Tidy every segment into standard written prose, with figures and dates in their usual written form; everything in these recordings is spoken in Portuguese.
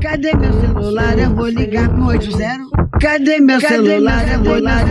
Cadê meu celular? Eu vou ligar pro 80. Cadê meu celular? Eu vou lá.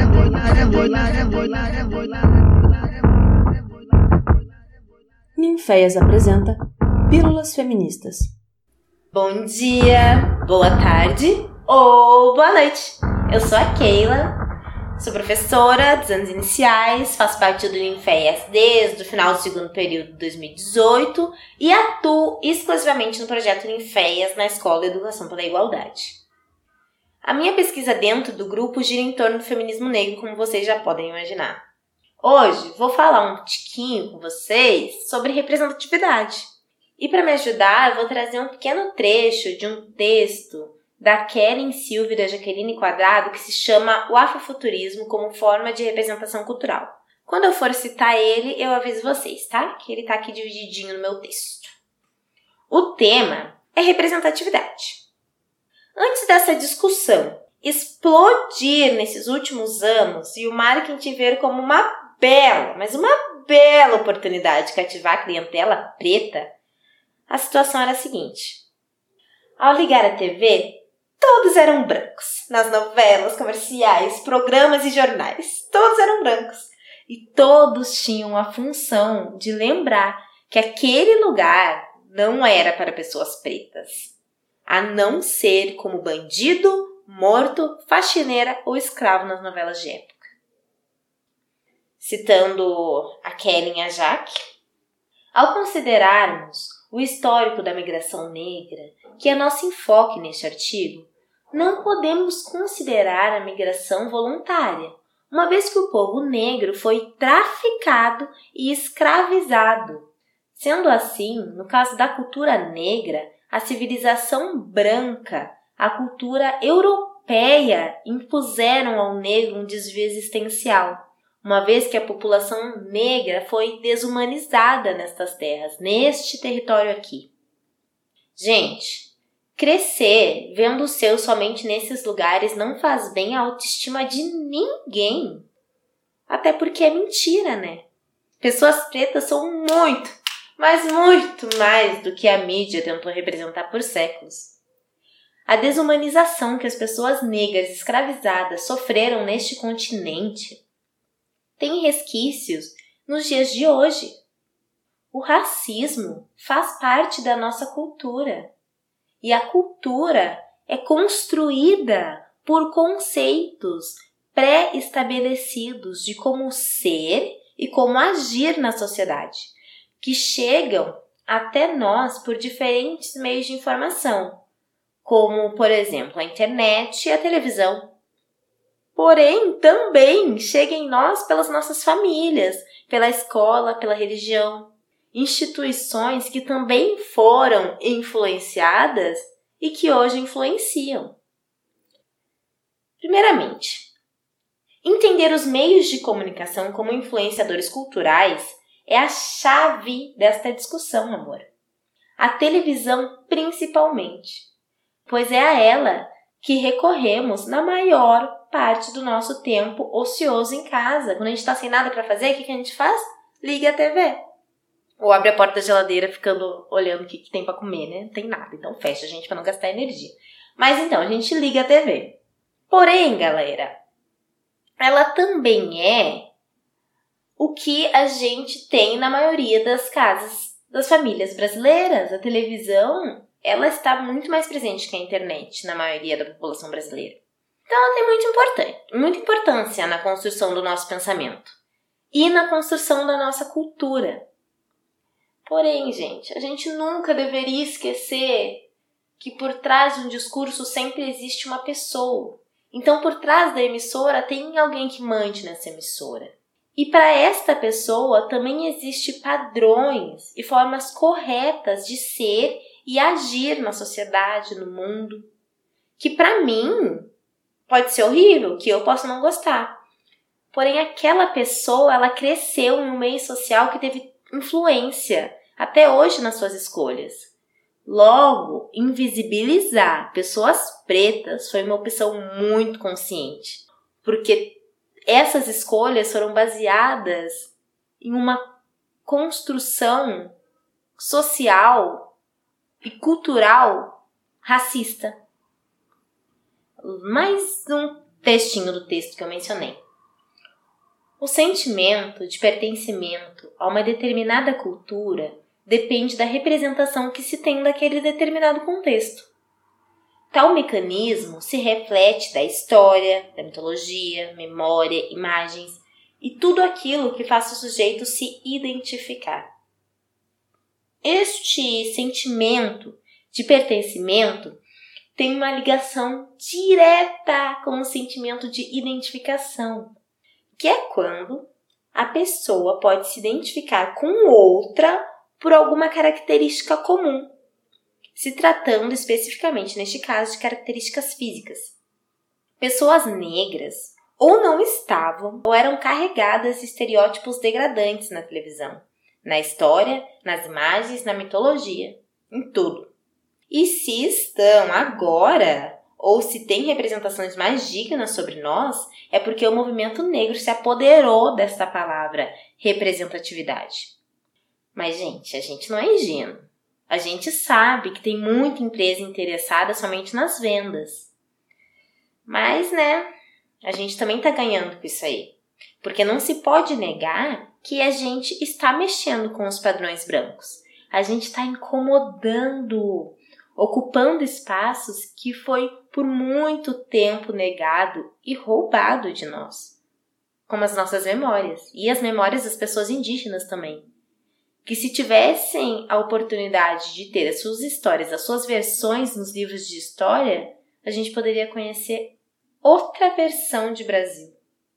Ninféias apresenta Pílulas Feministas. Bom dia, boa tarde ou boa noite. Eu sou a Keila, sou professora dos anos iniciais, faço parte do Ninféias desde o final do segundo período de 2018 e atuo exclusivamente no projeto Ninféias na Escola Educação pela Igualdade. A minha pesquisa dentro do grupo gira em torno do feminismo negro, como vocês já podem imaginar. Hoje vou falar um tiquinho com vocês sobre representatividade. E para me ajudar, eu vou trazer um pequeno trecho de um texto da Keren Silva e da Jaqueline Quadrado que se chama O Afrofuturismo como Forma de Representação Cultural. Quando eu for citar ele, eu aviso vocês, tá? Que ele tá aqui divididinho no meu texto. O tema é representatividade. Antes dessa discussão explodir nesses últimos anos e o marketing ver como uma bela oportunidade de cativar a clientela preta, a situação era a seguinte. Ao ligar a TV, todos eram brancos. Nas novelas, comerciais, programas e jornais, todos eram brancos. E todos tinham a função de lembrar que aquele lugar não era para pessoas pretas, a não ser como bandido, morto, faxineira ou escravo nas novelas de época. Citando a Kellen e a Jaque, ao considerarmos o histórico da migração negra, que é nosso enfoque neste artigo, não podemos considerar a migração voluntária, uma vez que o povo negro foi traficado e escravizado. Sendo assim, no caso da cultura negra, a civilização branca, a cultura europeia impuseram ao negro um desvio existencial, uma vez que a população negra foi desumanizada nestas terras, neste território aqui. Gente, crescer vendo o seu somente nesses lugares não faz bem à autoestima de ninguém. Até porque é mentira, né? Pessoas pretas são muito, mas muito mais do que a mídia tentou representar por séculos. A desumanização que as pessoas negras escravizadas sofreram neste continente tem resquícios nos dias de hoje. O racismo faz parte da nossa cultura. E a cultura é construída por conceitos pré-estabelecidos de como ser e como agir na sociedade, que chegam até nós por diferentes meios de informação, como, por exemplo, a internet e a televisão. Porém, também chega em nós pelas nossas famílias, pela escola, pela religião. Instituições que também foram influenciadas e que hoje influenciam. Primeiramente, entender os meios de comunicação como influenciadores culturais é a chave desta discussão, amor. A televisão principalmente, pois é a ela que recorremos na maior parte do nosso tempo ocioso em casa. Quando a gente está sem nada para fazer, o que a gente faz? Liga a TV. Ou abre a porta da geladeira ficando olhando o que tem para comer, né? Não tem nada, então fecha, gente, para não gastar energia. Mas então, a gente liga a TV. Porém, galera, ela também é o que a gente tem na maioria das casas das famílias brasileiras. A televisão, ela está muito mais presente que a internet na maioria da população brasileira. Então, ela tem muita importância na construção do nosso pensamento e na construção da nossa cultura. Porém, gente, a gente nunca deveria esquecer que por trás de um discurso sempre existe uma pessoa. Então, por trás da emissora tem alguém que mande nessa emissora. E para esta pessoa também existem padrões e formas corretas de ser e agir na sociedade, no mundo, que para mim pode ser horrível, que eu posso não gostar. Porém, aquela pessoa, ela cresceu em um meio social que teve influência até hoje nas suas escolhas. Logo, invisibilizar pessoas pretas foi uma opção muito consciente, porque essas escolhas foram baseadas em uma construção social e cultural racista. Mais um textinho do texto que eu mencionei. O sentimento de pertencimento a uma determinada cultura depende da representação que se tem daquele determinado contexto. Tal mecanismo se reflete da história, da mitologia, memória, imagens e tudo aquilo que faz o sujeito se identificar. Este sentimento de pertencimento tem uma ligação direta com o sentimento de identificação, que é quando a pessoa pode se identificar com outra por alguma característica comum, se tratando especificamente, neste caso, de características físicas. Pessoas negras ou não estavam ou eram carregadas de estereótipos degradantes na televisão, na história, nas imagens, na mitologia, em tudo. E se estão agora, ou se tem representações mais dignas sobre nós, é porque o movimento negro se apoderou dessa palavra representatividade. Mas, gente, a gente não é ingênuo. A gente sabe que tem muita empresa interessada somente nas vendas. Mas, a gente também está ganhando com isso aí. Porque não se pode negar que a gente está mexendo com os padrões brancos. A gente está incomodando, ocupando espaços que foi por muito tempo negado e roubado de nós. Como as nossas memórias e as memórias das pessoas indígenas também. Que se tivessem a oportunidade de ter as suas histórias, as suas versões nos livros de história, a gente poderia conhecer outra versão de Brasil.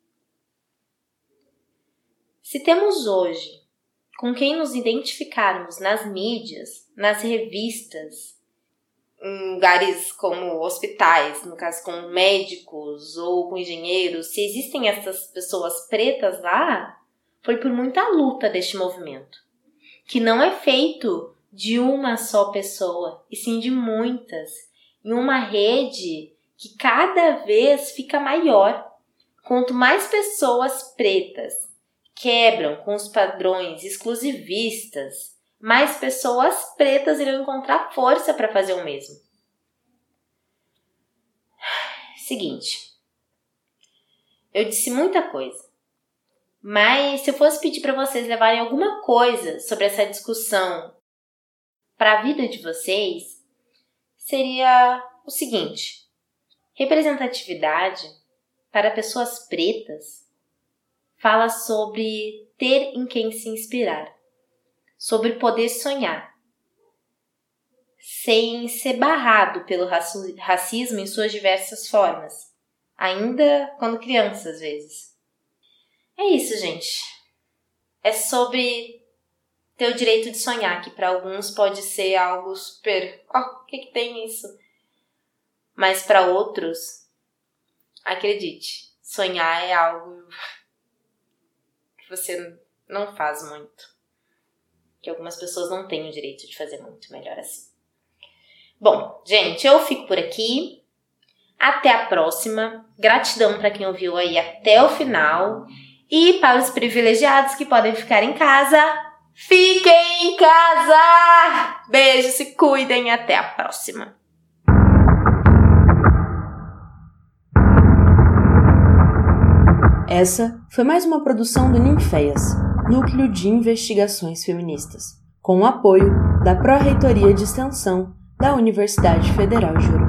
Se temos hoje com quem nos identificarmos nas mídias, nas revistas, em lugares como hospitais, no caso com médicos ou com engenheiros, se existem essas pessoas pretas lá, foi por muita luta deste movimento. Que não é feito de uma só pessoa, e sim de muitas, em uma rede que cada vez fica maior. Quanto mais pessoas pretas quebram com os padrões exclusivistas, mais pessoas pretas irão encontrar força para fazer o mesmo. Seguinte, eu disse muita coisa. Mas se eu fosse pedir para vocês levarem alguma coisa sobre essa discussão para a vida de vocês, seria o seguinte: representatividade para pessoas pretas fala sobre ter em quem se inspirar, sobre poder sonhar, sem ser barrado pelo racismo em suas diversas formas, ainda quando criança às vezes. É isso, gente. É sobre ter o direito de sonhar, que para alguns pode ser algo super... o que tem isso? Mas para outros, acredite, sonhar é algo que você não faz muito. Que algumas pessoas não têm o direito de fazer muito, melhor assim. Bom, gente, eu fico por aqui. Até a próxima. Gratidão para quem ouviu aí até o final. E para os privilegiados que podem ficar em casa, fiquem em casa! Beijo, se cuidem, até a próxima! Essa foi mais uma produção do Ninféias, Núcleo de Investigações Feministas, com o apoio da Pró-Reitoria de Extensão da Universidade Federal de Ouro